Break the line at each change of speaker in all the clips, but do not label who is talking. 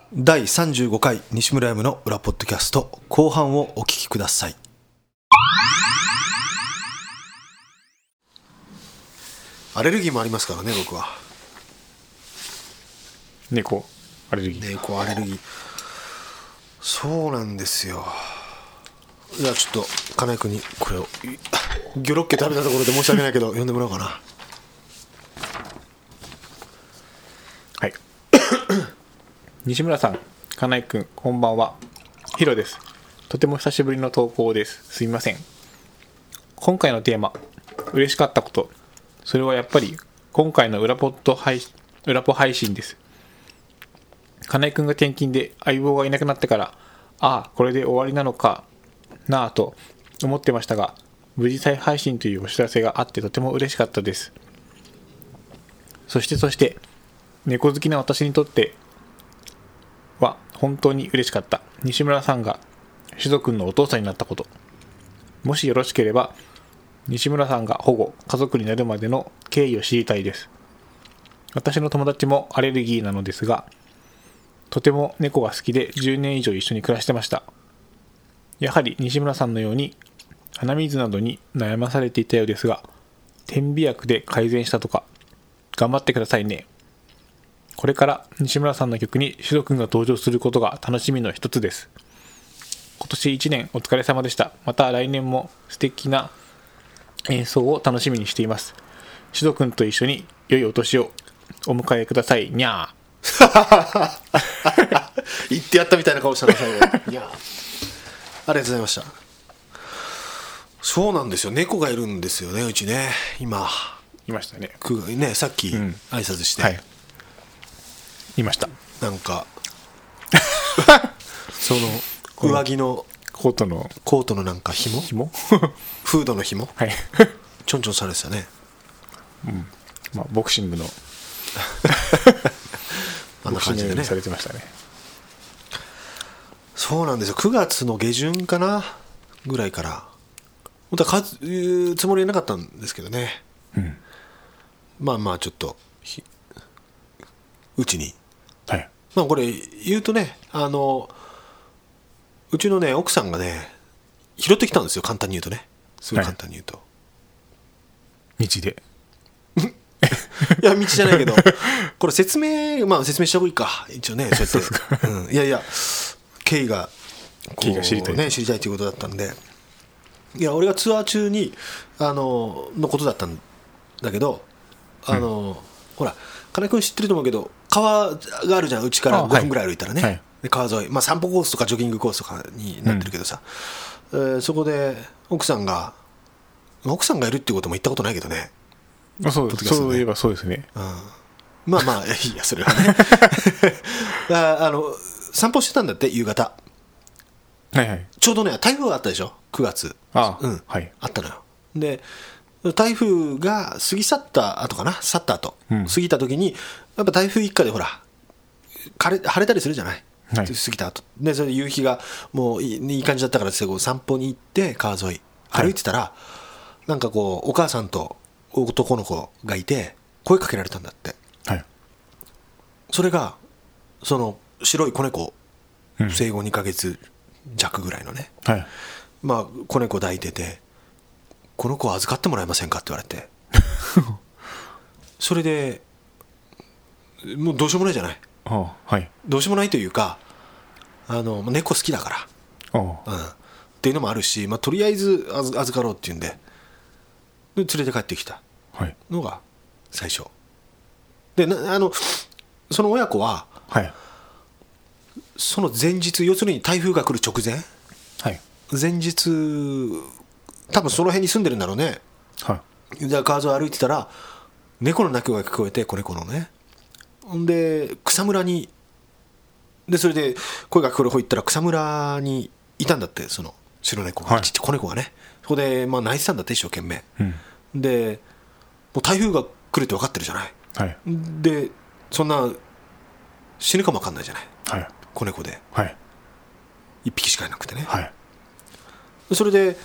第35回西村 M の裏ポッドキャスト後半をお聞きください。アレルギーもありますからね、僕は。
猫アレルギー。
猫アレルギー。そうなんですよ。じゃあちょっと金井君にこれをギョロッケ食べたところで申し訳ないけど呼んでもらおうかな。
はい西村さん、金井君、こんばんは。ヒロです。とても久しぶりの投稿です。すみません。今回のテーマ、嬉しかったこと、それはやっぱり今回の裏ポ配信です。金井君が転勤で相棒がいなくなってから、ああこれで終わりなのかなあと思ってましたが、無事再配信というお知らせがあってとても嬉しかったです。そして猫好きな私にとっては本当に嬉しかった西村さんがしぞくんのお父さんになったこと。もしよろしければ西村さんが保護家族になるまでの経緯を知りたいです。私の友達もアレルギーなのですが、とても猫が好きで10年以上一緒に暮らしてました。やはり西村さんのように鼻水などに悩まされていたようですが、点鼻薬で改善したとか。頑張ってくださいね。これから西村さんの曲にしぞくんが登場することが楽しみの一つです。今年1年お疲れ様でした。また来年も素敵な演奏を楽しみにしています。しぞくんと一緒に良いお年をお迎えください。にゃー
言ってやったみたいな顔したな最後。いや、ありがとうございました。そうなんですよ、猫がいるんですよね、うちね。今
いましたね。
ね、さっき挨拶して、
はい、いました。
なんかその上着の
コートの
なんか紐フードの紐
はい
ちょんちょんされてたね。
まあ、ボクシングの
あんな感じでね
されてましたね。
そうなんですよ。9月の下旬かなぐらいから本当は言うつもりはなかったんですけどね、まあちょっとうちに、
はい、
まあこれ言うとね、うちのね奥さんがね拾ってきたんですよ。簡単に言うとね、すごい簡単に言うと、
道で
いや道じゃないけどこれ説明した方がいいか一応ね。そうやって、いやいや経緯が知りたいということだったんで、いや俺がツアー中にのことだったんだけど、ほら金井君知ってると思うけど川があるじゃん、うちから5分ぐらい歩いたらね、
はい、
で川沿い、まあ、散歩コースとかジョギングコースとかになってるけどさ、そこで奥さんがいるっていうことも言ったことないけどね。
そういえばそうですね、
まあいいやそれはね散歩してたんだって夕方。
はいはい、
ちょうどね台風があったでしょ9月。
はい、
あったのよ。で台風が過ぎ去った後かな、過ぎた時にやっぱ台風一過でほら晴れたりするじゃない、過ぎた後で、それで夕日がもういい感じだったから散歩に行って川沿い歩いてたら、なんかこうお母さんと男の子がいて声かけられたんだって、それがその白い子猫、生後2ヶ月弱ぐらいのね、まあ子猫抱いてて、この子を預かってもらえませんかって言われてそれでもうどうしようもないじゃない、どうしようもないというか猫好きだから、っていうのもあるし、とりあえず預かろうっていうんで連れて帰ってきたのが最初で、その親子は、その前日、要するに台風が来る直前、前日多分その辺に住んでるんだろうね、で川沿い歩いてたら猫の鳴き声が聞こえて、子猫のね。で草むらにで、それで声が聞こえる方行ったら草むらにいたんだって、その白猫が、ちっちゃい子猫がね。そこで泣いてたんだって、一生懸命、でもう台風が来るって分かってるじゃない、でそんな死ぬかも分かんないじゃない、子猫で、一匹しかいなくてね、それで連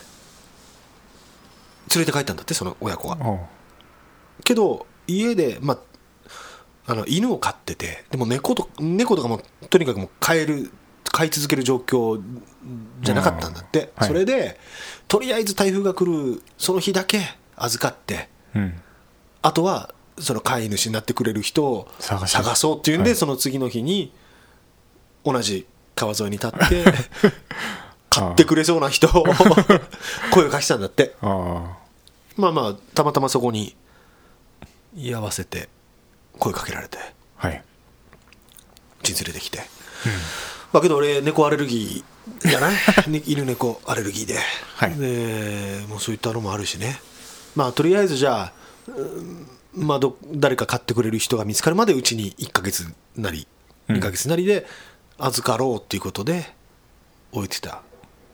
れて帰ったんだって、その親子が。けど家で、 犬を飼ってて、でも猫とかもとにかくもう飼い続ける状況じゃなかったんだって、
はい、
それでとりあえず台風が来るその日だけ預かって、あとはその飼い主になってくれる人を探そうっていうんで、その次の日に同じ川沿いに立って買ってくれそうな人を声をかけたんだって。まあたまたまそこに居合わせて声かけられて、
はい、
連れてきて、だけど俺猫アレルギーじゃない犬猫アレルギーで、
はい、
でもうそういったのもあるしね、とりあえずじゃあ、誰か飼ってくれる人が見つかるまでうちに1ヶ月なり2ヶ月なりで預かろうっていうことで置いてた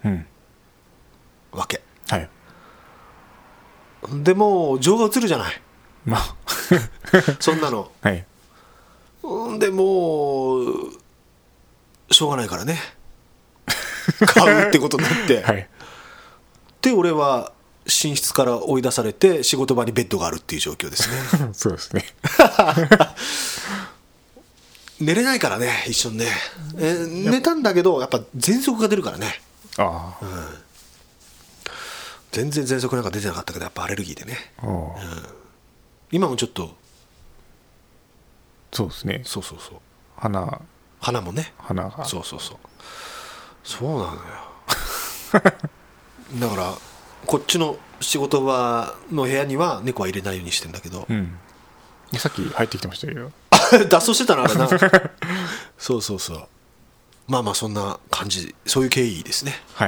わけ、
はい、
でも情が移るじゃない、そんなの、
はい、
でもうしょうがないからね買うってことになって、
はい、
で俺は寝室から追い出されて仕事場にベッドがあるっていう状況ですね
そうですね
寝れないからね一緒にね、寝たんだけどやっぱ喘息が出るからね。全然喘息なんか出てなかったけどやっぱアレルギーでね、今もちょっと
そうですね、
そう鼻もね、
鼻が
そうなのよだからこっちの仕事場の部屋には猫は入れないようにしてんだけど、
さっき入ってきてましたけど
脱走してたなあれなそうそんな感じ、そういう経緯ですね。
はい、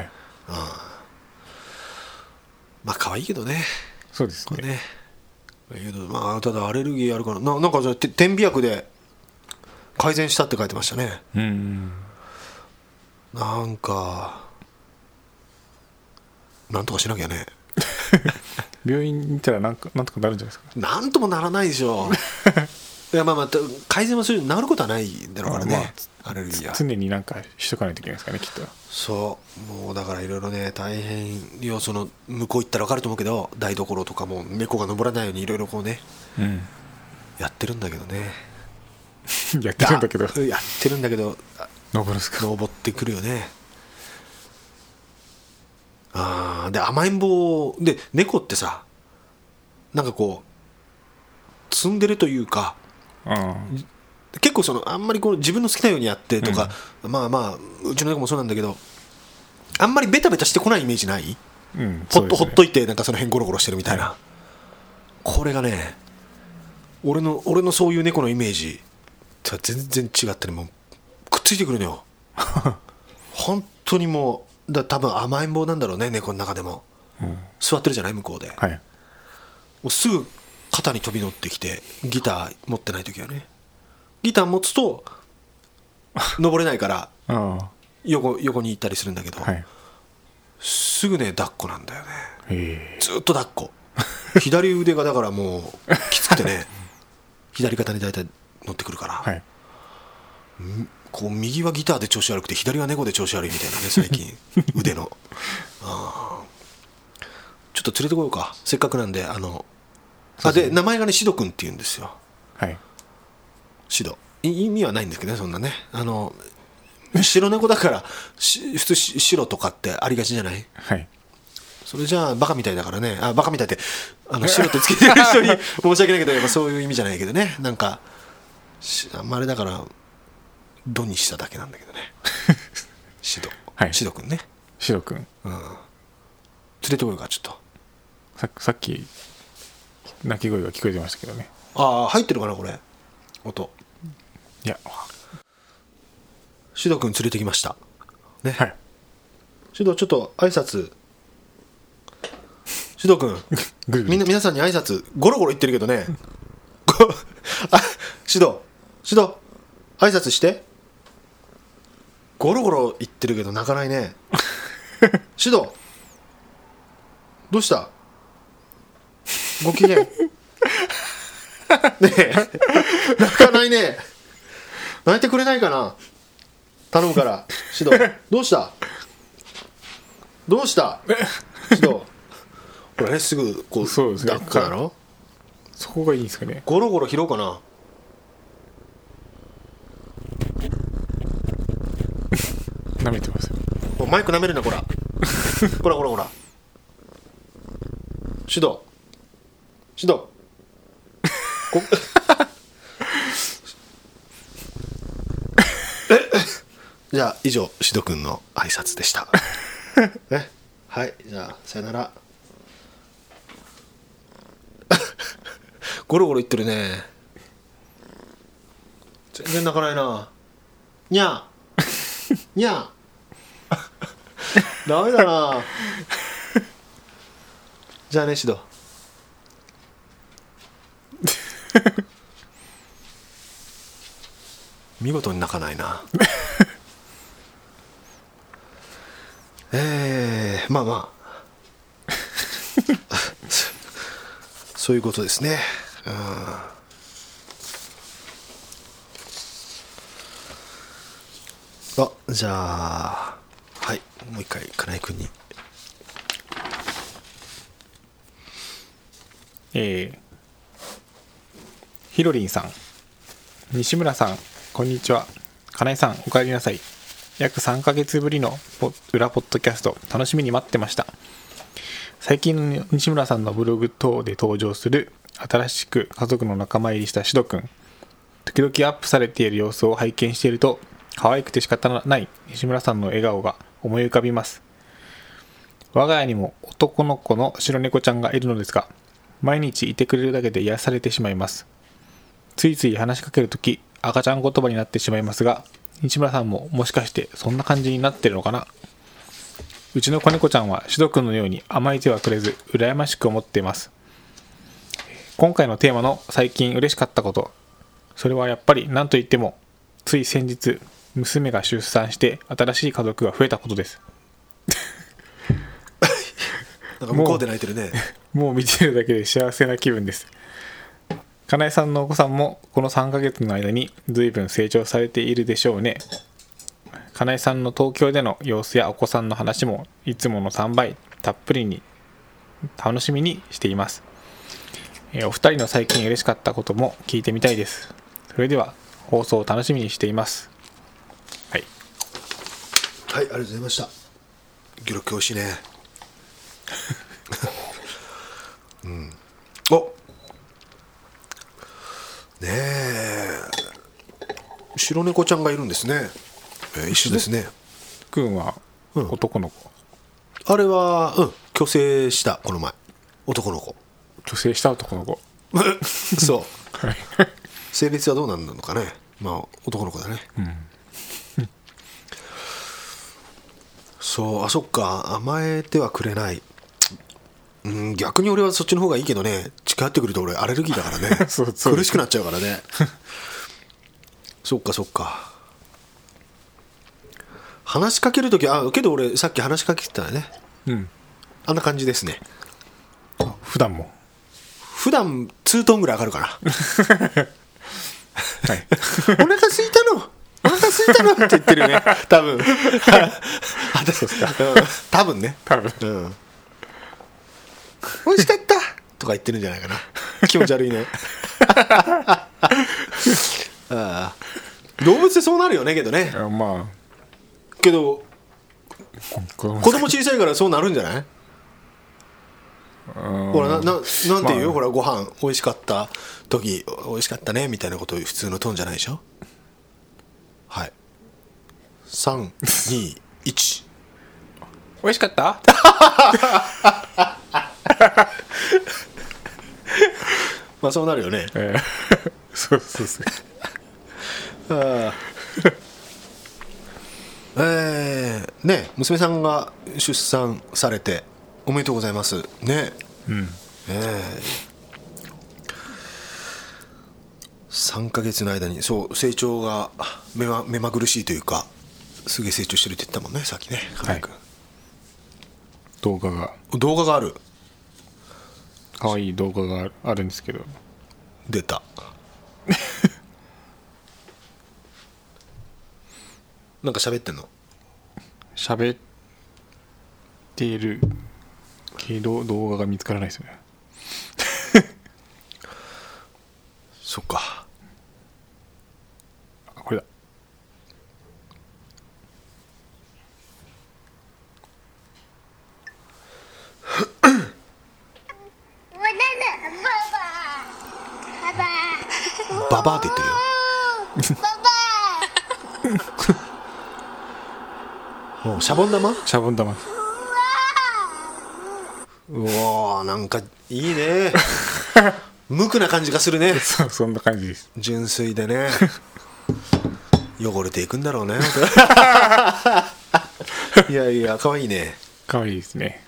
可愛いけどね。
そうですね。
ただアレルギーあるからなんか点鼻薬で改善したって書いてましたね。なんかなんとかしなきゃね
病院に行ったらなんとかなるんじゃないですか。
なんともならないでしょいや改善はする、治ることはないだろうからね、アレルギーは
常になんかしとかないといけないですかね、きっと。
そうもうだからいろいろね大変よ。その向こう行ったら分かると思うけど、台所とかも猫が登らないようにいろいろこうね、やってるんだけどね
やってるんだけど
登ってくるよね。で甘えん坊で猫ってさ、なんかこうツンデレというか、結構あんまりこう自分の好きなようにやってとか、うちの猫もそうなんだけど、あんまりベタベタしてこないイメージない、ほっといてなんかその辺ゴロゴロしてるみたいな、これがね俺のそういう猫のイメージとは全然違ってね、もうくっついてくるのよ本当にもう多分甘えん坊なんだろうね、猫の中でも、座ってるじゃない向こうで、もうすぐ肩に飛び乗ってきて、ギター持ってない時はね、ギター持つと登れないから横に行ったりするんだけど、すぐね抱っこなんだよね。ずっと抱っこ左腕がだからもうきつくてね左肩に大体乗ってくるから、こう右はギターで調子悪くて左は猫で調子悪いみたいなね最近腕のちょっと連れてこようか、せっかくなんで。で名前がねシド君っていうんですよ。シド、意味はないんですけどね、そんなね白猫だから普通白とかってありがちじゃない、それじゃあバカみたいだからね、バカみたいって白ってつけてる人に申し訳ないけど、やっぱそういう意味じゃないけどね、なんかあれだからドにしただけなんだけどねシド君ね、
シド君、
連れてこようか、ちょっと
さっき鳴き声が聞こえてましたけどね。
入ってるかなこれ音。
いや、
シド君連れてきましたね。シドちょっと挨拶、シド君皆さんに挨拶ゴロゴロ言ってるけどねシド挨拶して。ゴロゴロ言ってるけど泣かないねシドどうした、ご機嫌ねえ泣かないね、泣いてくれないかな、頼むからシドどうしたシドこれね、すぐこう抱っこだろ、
そこがいいんですかね。
ゴロゴロ拾おうかな。
舐めてますよ。
マイク舐めるなこらほらほらほらシドじゃあ以上シド君の挨拶でしたね、はいじゃあさよならゴロゴロ言ってるね。全然泣かないな。にゃーにゃーダメだな。じゃあねシド見事に泣かないなまあまあそういうことですね。じゃあはいもう一回金井君に
ひろりんさん、西村さんこんにちは。金井さんお帰りなさい。約3ヶ月ぶりの裏ポッドキャスト楽しみに待ってました。最近の西村さんのブログ等で登場する新しく家族の仲間入りしたシドくん、時々アップされている様子を拝見していると可愛くて仕方ない西村さんの笑顔が思い浮かびます。我が家にも男の子の白猫ちゃんがいるのですが、毎日いてくれるだけで癒されてしまいます。ついつい話しかけるとき赤ちゃん言葉になってしまいますが、西村さんももしかしてそんな感じになってるのかな。うちの子猫ちゃんはシド君のように甘い手はくれず羨ましく思っています。今回のテーマの最近嬉しかったこと、それはやっぱり何と言ってもつい先日娘が出産して新しい家族が増えたことです。
なんか向こうで泣いてるね。
もう見てるだけで幸せな気分です。金井さんのお子さんもこの3ヶ月の間に随分成長されているでしょうね。金井さんの東京での様子やお子さんの話もいつもの3倍たっぷりに楽しみにしています。お二人の最近嬉しかったことも聞いてみたいです。それでは放送を楽しみにしています。はい
はい、ありがとうございました。記録惜しいねおねえ白猫ちゃんがいるんですね。一緒ですね。
くんは男の子、
あれは虚勢したこの前男の子
虚勢した男の子
そう、
はい、
性別はどうなんのかね。まあ男の子だね、そう、あそっか、甘えてはくれない。逆に俺はそっちの方がいいけどね。近寄ってくると俺アレルギーだからね
そう
苦しくなっちゃうからねそっかそっか。話しかけるときけど俺さっき話しかけてたよね。あんな感じですね。
普段も
普段2トンぐらい上がるかな
はい
お腹空いたのお腹空いたのって言ってるよね多分
そうですか
多分ね、
多分、
美味しかったとか言ってるんじゃないかな気持ち悪いね動物ってそうなるよね。けどね、
まあ
けど
子
供小さいからそうなるんじゃない。ほらなんて言うよ、
まあ、
ほらご飯美味しかった時美味しかったねみたいなこと普通のトーンじゃないでしょ。はい321
美味しかった
まあそうなるよね、
そうそうそう
ね、娘さんが出産されておめでとうございますね。3ヶ月の間にそう成長が目まぐるしいというか、すげえ成長してるって言ったもんねさっきね、金井君、
動画が
ある。
可愛い動画があるんですけど、
出たなんか喋ってんの。
喋っているけど動画が見つからないですよね
そっか。
これだ。
ババアって言ってるよもうシャボン玉
シャボン玉。
うわーなんかいいね無垢な感じがするね
そんな感じです。
純粋でね汚れていくんだろうねいやいや可愛いね。
可愛いですね。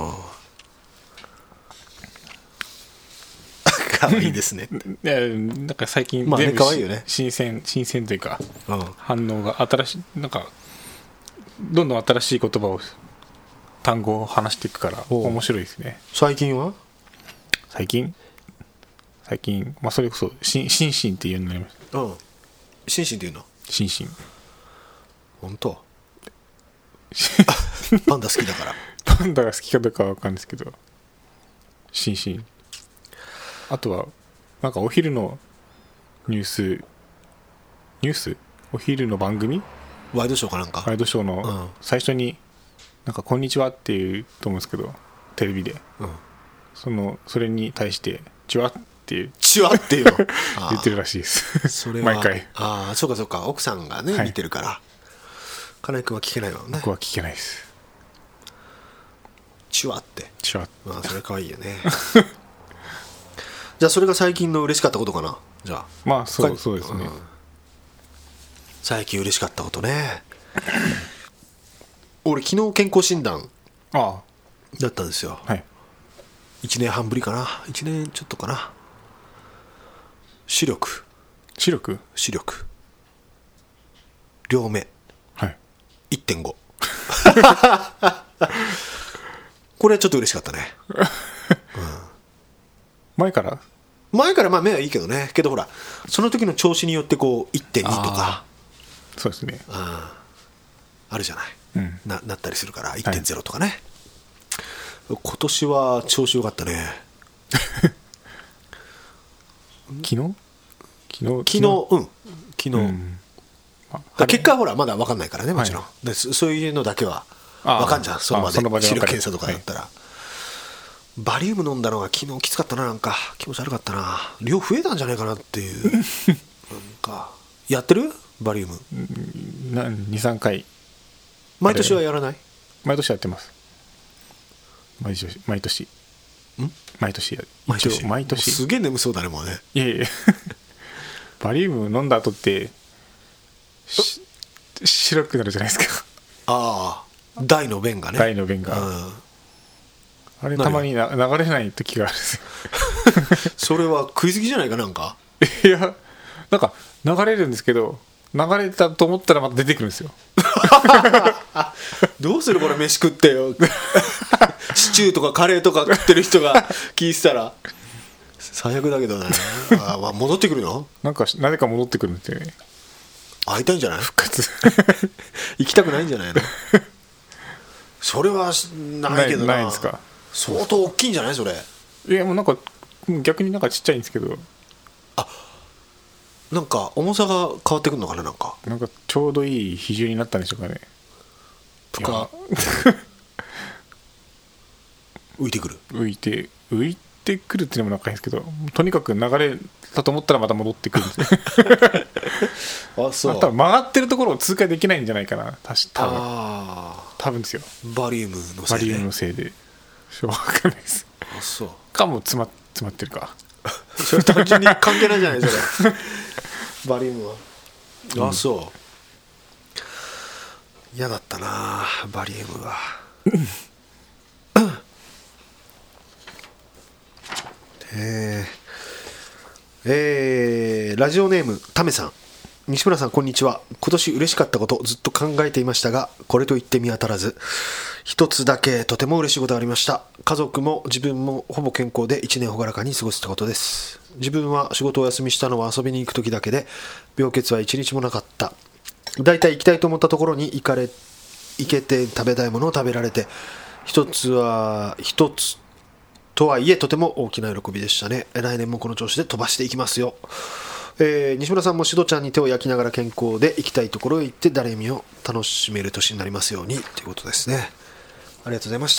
可愛いですね
いやなんか最近
まあね
全部
可愛いよね
新鮮というか、
うん
反応が新しい、なんかどんどん新しい言葉を単語を話していくから
おう
面白いですね。
最近は
最近まあそれこそシンシンっていうのになりました。
うんシンシンっていうの
シンシン
本当パンダ好きだから
パンダが好きかどうかは分かるんですけど、シンシン。あとはなんかお昼のニュースお昼の番組
ワイドショーかなんか
ワイドショー
うん
の最初になんかこんにちはっていうと思うんですけど、テレビで
うん
それに対してチュワっていう
チワっていうの
言ってるらしいです
それは
毎回。
ああそうかそうか奥さんがね、
はい
見てるから金井君は聞けないもんね。
僕は聞けないです。
チワって
チュワ
まあそれ可愛いよねじゃあそれが最近の嬉しかったことかな。じゃあ
まあそう
他
ですね、
うん最近嬉しかったことね俺昨日健康診断
あ
だったんですよ。
あはい。
1年半ぶりかな1年ちょっとかな。視力両目
はい
1.5 これはちょっと嬉しかったね。
前から
前からまあ目はいいけどねけどほらその時の調子によってこう 1.2 とか
そうですね。
あるじゃない、
うん
なったりするから 1.0 とかね、今年は調子良かったね。
昨日
うん昨日、
うん
結果はほらまだ分かんないからねもちろん、でそういうのだけは分かんじゃんその場で視力検査とかだったら、バリウム飲んだのが昨日きつかったな。なんか気持ち悪かったな。量増えたんじゃないかなっていうなんかやってるバリウム
23回
毎年はやらない？
毎年やってます。毎年毎年
すげえ眠そうだねもうね。
いやいやバリウム飲んだ後って白くなるじゃないですか。
ああ大の便がね。
大の便が、
うん
あれたまに流れない時があるんですよ
それは食いすぎじゃないかなんか
いやなんか流れるんですけど流れたと思ったらまた出てくるんですよ
どうするこれ飯食ってよシチューとかカレーとか食ってる人が聞いてたら最悪だけどね。まあ戻ってくるの
なんかなぜか戻ってくるんですよね。
会いたいんじゃない？
復活
行きたくないんじゃないの？それはないけど
ないんですか。
相当大きいんじゃないそれ。
いやもうなんか逆になんかちっちゃいんですけど、
なんか重さが変わってくるのかな。なんか
ちょうどいい比重になったんでしょうかね。
とか浮いてくる。
浮いてくるっていうのもなんかいいんですけど、とにかく流れたと思ったらまた戻ってくるんですよ
あそう
多分曲がってるところを通過できないんじゃないかな。多分ですよ。
バリウムのせいで。
バリウムのせいで分かんないです。
あそう
かも詰まってるか
それ単純に関係ないじゃないそれバリウムは。あそう嫌だったなバリウムはラジオネームタメさん。西村さんこんにちは。今年嬉しかったことずっと考えていましたがこれと言って見当たらず、一つだけとても嬉しいことがありました。家族も自分もほぼ健康で1年朗らかに過ごせたことです。自分は仕事をお休みしたのは遊びに行く時だけで病欠は1日もなかった。だいたい行きたいと思ったところに行けて食べたいものを食べられて、一つとはいえとても大きな喜びでしたね。来年もこの調子で飛ばしていきますよ。西村さんもしどちゃんに手を焼きながら健康で行きたいところへ行って誰みを楽しめる年になりますようにということですね。ありがとうございました。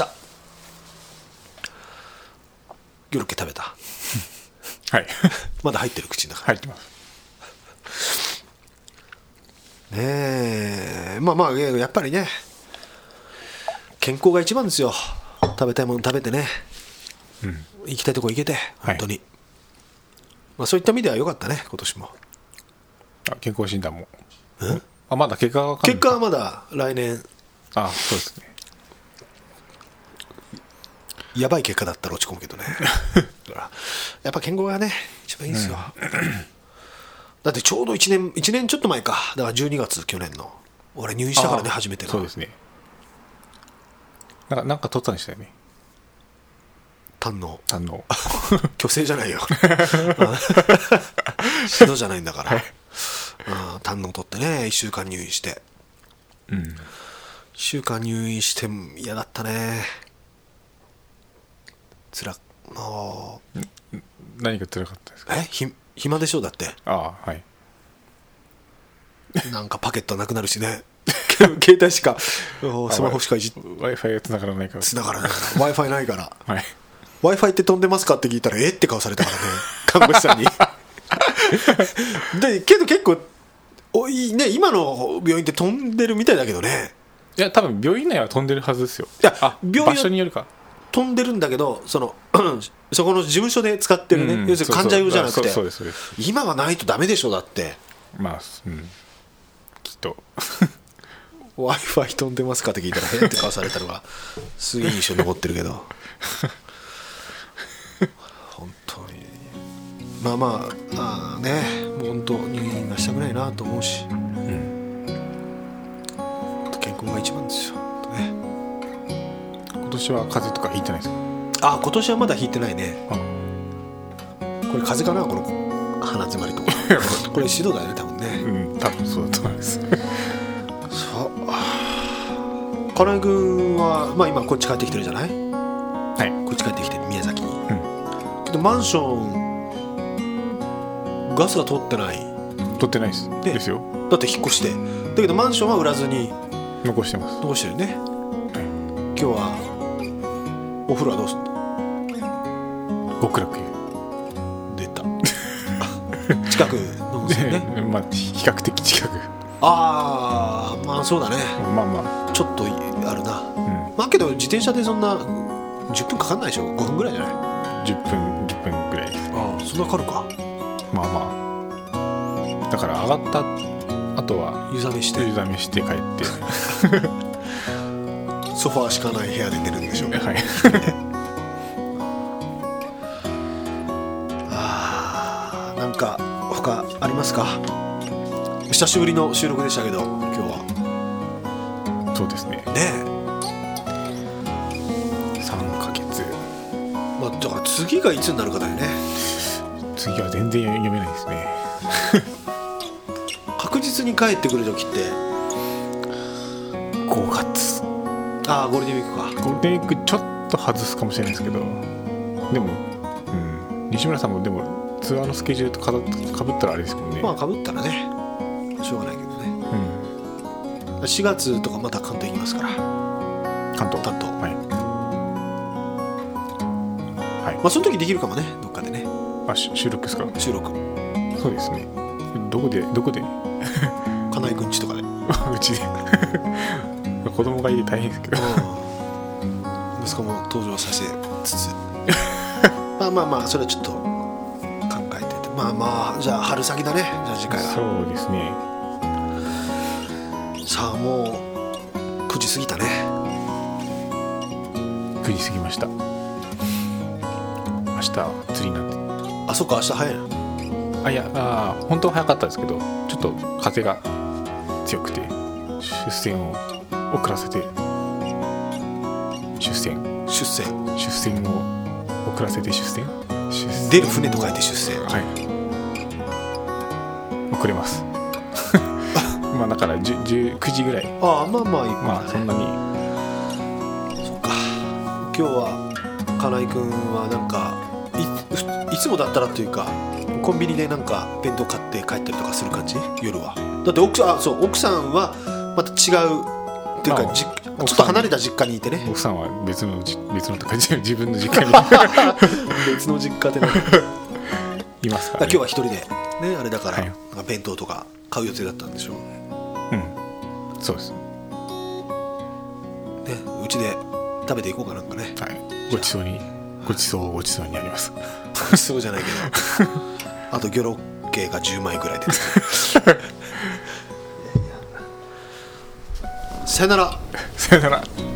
ギョロッケ食べた
はい
まだ入ってる口の中。
入ってます。
え、まあやっぱりね健康が一番ですよ。食べたいもの食べてね、行きたいとこ行けて本当に、はい、まあ、そういった意味では良かったね今年も。
健康診断もまだ結果は分かんない。
結果はまだ来年。
そうですね。
やばい結果だったら落ち込むけどねやっぱ健康がね一番いいんですよ、だってちょうど1年ちょっと前か、だから12月去年の俺入院したからね、初めての。
そうですね。なんか取ったんでしたよね。
胆の
虚
勢じゃないよ指導じゃないんだから、はい、胆の取ってね1週間入院して、1週間入院して嫌だったね。
何が辛かったですか。
暇でしょ。だって
はい、
なんかパケットなくなるしね携帯しかスマホしかいじって
Wi-Fi が繋がらないから
Wi-Fi ないから、
はい、
Wi-Fi って飛んでますかって聞いたらって顔されたからね看護師さんにでけど結構ね、今の病院って飛んでるみたいだけどね。
いや多分病院内は飛んでるはずですよ。
いや病院
場所によるか
飛んでるんだけどそこの事務所で使ってるね、要するに患者用じゃなくて、今はないとダメでしょ。だって
きっと
Wi-Fi 飛んでますかって聞いたらって顔されたのがすげえ印象に残ってるけど本当にまあね、もう本当入院はしたくないなと思うし、健康が一番ですよ、ね。
今年は風邪とかひいてないですか。
今年はまだひいてないね。これ風邪かな、この鼻詰まりとかこれシドだよね多分ね。
多分そうだと思います
金井君は、今こっち帰ってきてるじゃない。
はい、
こっち帰ってきて宮崎に、けどマンションガスが通ってない
ですよ。
だって引っ越して、だけどマンションは売らずに
残してます。
残してるね、今日はお風呂はどうすんの。
極楽湯
出た近くの温泉ね
比較的近く。
そうだね。ちょっとあるな。けど自転車でそんな10分かかんないでしょ。5分ぐらいじゃない。
10分ぐらいです。
そんなかかるか。
だから上がった後は
湯冷めして
帰って
ソファーしかない部屋で寝るんでしょう。
はい
なんか他ありますか。久しぶりの収録でしたけど今日は。
そうですね。3ヶ月。
だから次がいつになるかだよね。
次は全然読めないですね
確実に帰ってくる時って
5月。
ゴールデンウィークか。
ゴールデンウィークちょっと外すかもしれないですけど、でも、西村さんもでもツアーのスケジュールとかぶったらあれですけどね。
かぶったらねしょうがないけどね、4月とかまた関東行きますから。
関東はい、
その時できるかもね、どっかでね。
収録ですか。
収録
そうですね。どこで
金井くん家とかで
うちで子供がいて大変ですけど
息子も登場させつつそれはちょっと考えてて、じゃあ春先だね。じゃあ次回は
そうですね。
さあもう9時過ぎたね。
9時過ぎました。明日釣りなんで。
そっか、明日早いな。
いや本当は早かったですけど、ちょっと風が強くて出船を遅らせて出船を遅らせて出船
出る船と書いて出船。
はい、遅れますだから9時ぐらい。そんなに。
そっか。今日は金井くんはなんかいつもだったらというかコンビニでなんか弁当買って帰ったりとかする感じ。夜はだって奥さんはまた違うっていうか、ちょっと離れた実家にいてね。
奥さんは別のって感じで自分の実家に
別の実家でね
いますからね。
今日は一人でねあれだから、弁当とか買う予定だったんでしょ。
そうですね。
うちで食べていこうかなんかね。
はい。ごちそうになります。
ごちそうじゃないけどあとギョロッケが10枚ぐらいでさよなら。
さよなら。